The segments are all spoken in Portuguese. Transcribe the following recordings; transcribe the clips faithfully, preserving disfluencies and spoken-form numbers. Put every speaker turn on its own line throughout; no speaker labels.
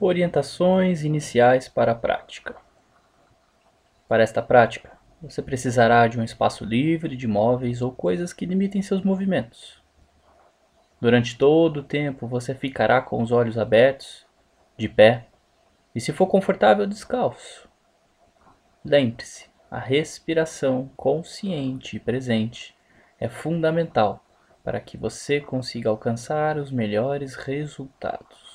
Orientações iniciais para a prática. Para esta prática, você precisará de um espaço livre de móveis ou coisas que limitem seus movimentos. Durante todo o tempo você ficará com os olhos abertos, de pé, e se for confortável, descalço. Lembre-se, a respiração consciente e presente é fundamental para que você consiga alcançar os melhores resultados.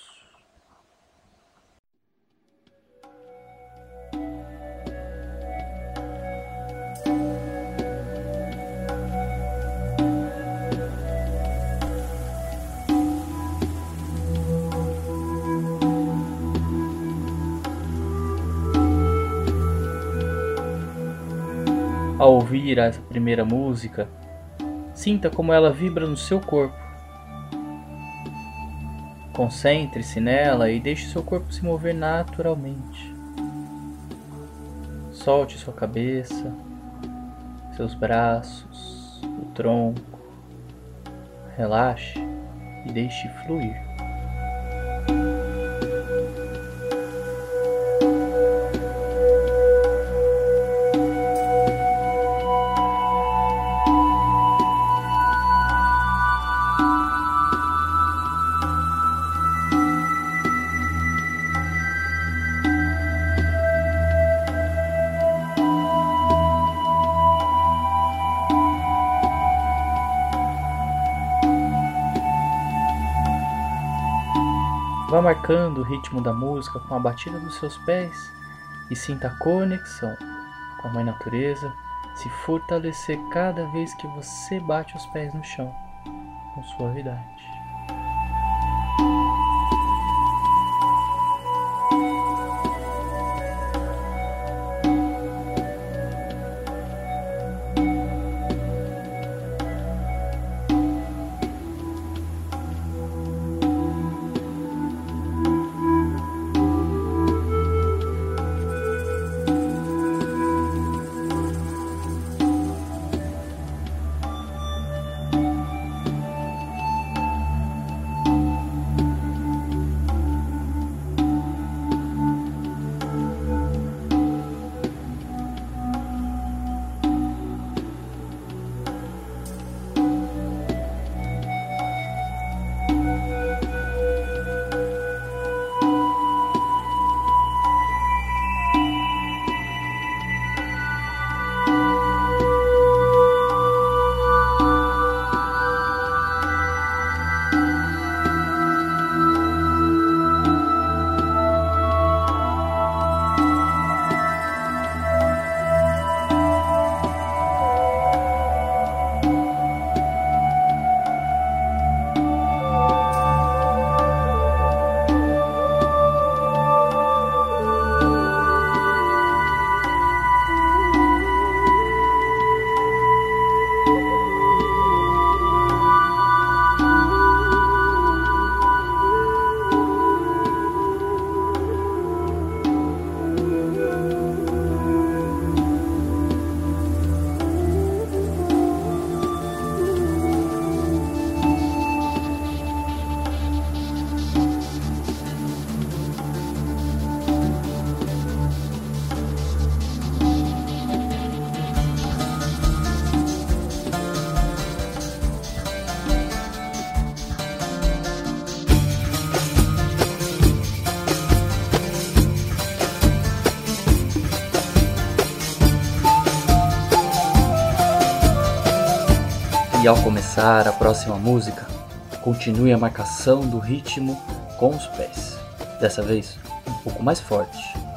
Ao ouvir essa primeira música, sinta como ela vibra no seu corpo. Concentre-se nela e deixe seu corpo se mover naturalmente. Solte sua cabeça, seus braços, o tronco. Relaxe e deixe fluir. Vá marcando o ritmo da música com a batida dos seus pés e sinta a conexão com a Mãe Natureza se fortalecer cada vez que você bate os pés no chão com suavidade. E ao começar a próxima música, continue a marcação do ritmo com os pés, dessa vez um pouco mais forte.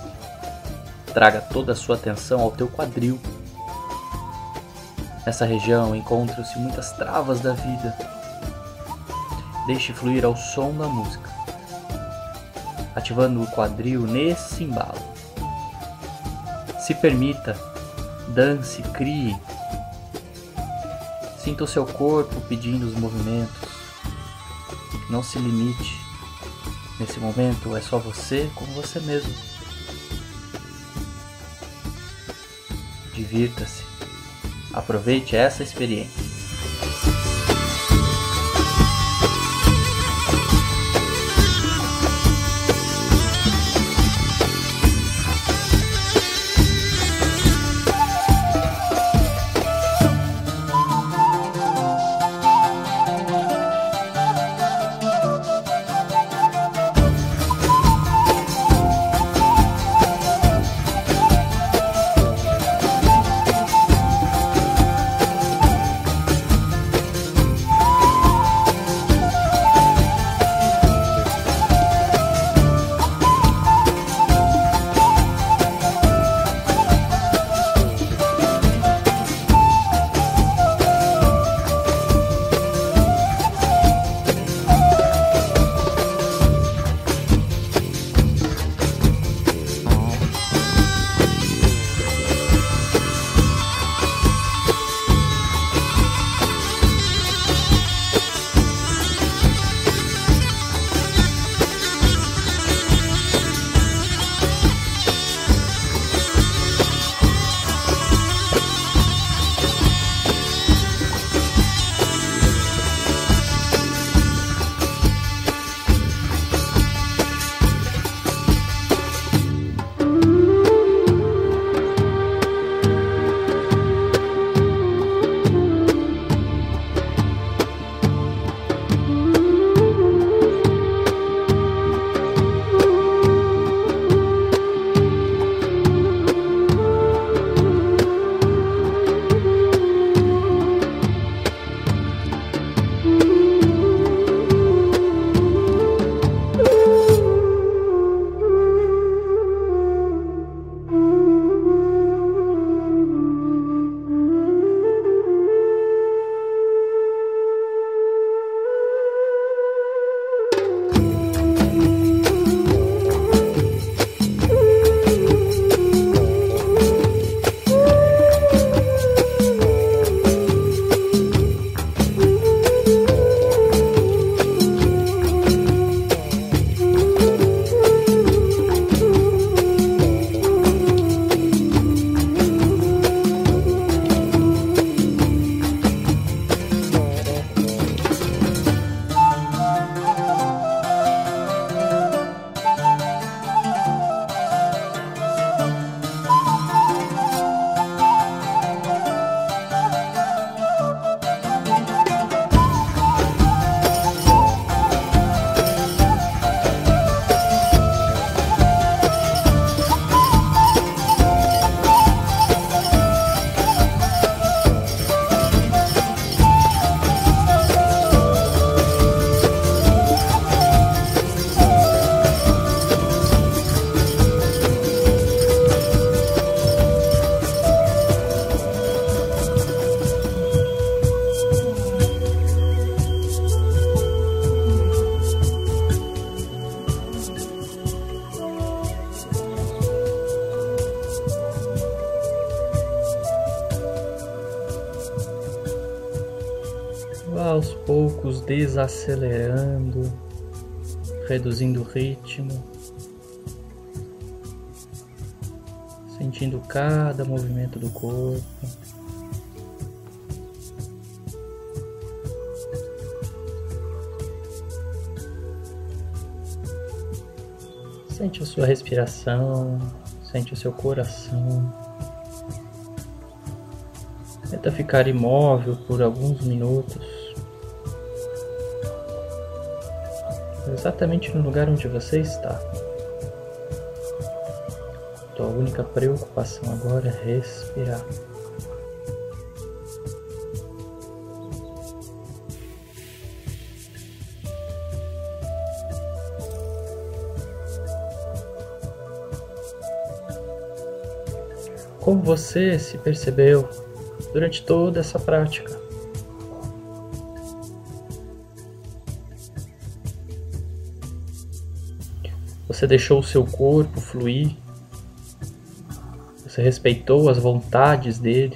Traga toda a sua atenção ao teu quadril. Nessa região encontram-se muitas travas da vida. Deixe fluir ao som da música, ativando o quadril nesse embalo. Se permita, dance, crie. Sinta o seu corpo pedindo os movimentos. Não se limite. Nesse momento é só você com você mesmo. Divirta-se. Aproveite essa experiência. desacelerando, reduzindo o ritmo, sentindo cada movimento do corpo. Sente a sua respiração, sente o seu coração. Tenta ficar imóvel por alguns minutos, exatamente no lugar onde você está. Tua única preocupação agora é respirar. Como você se percebeu durante toda essa prática? Você deixou o seu corpo fluir? Você respeitou as vontades dele?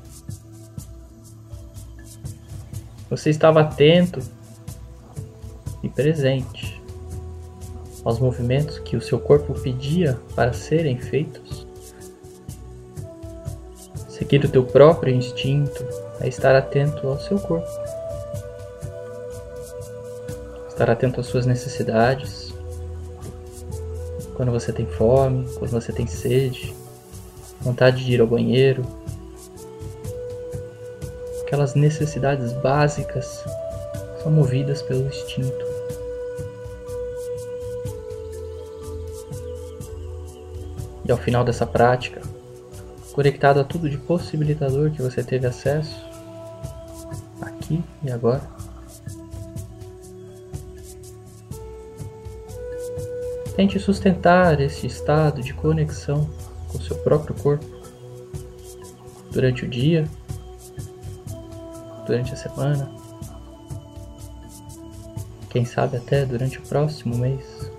Você estava atento e presente aos movimentos que o seu corpo pedia para serem feitos? Seguir o teu próprio instinto é estar atento ao seu corpo. Estar atento às suas necessidades. Quando você tem fome, quando você tem sede, vontade de ir ao banheiro. Aquelas necessidades básicas são movidas pelo instinto. E ao final dessa prática, conectado a tudo de possibilitador que você teve acesso, aqui e agora, tente sustentar esse estado de conexão com o seu próprio corpo durante o dia, durante a semana, quem sabe até durante o próximo mês.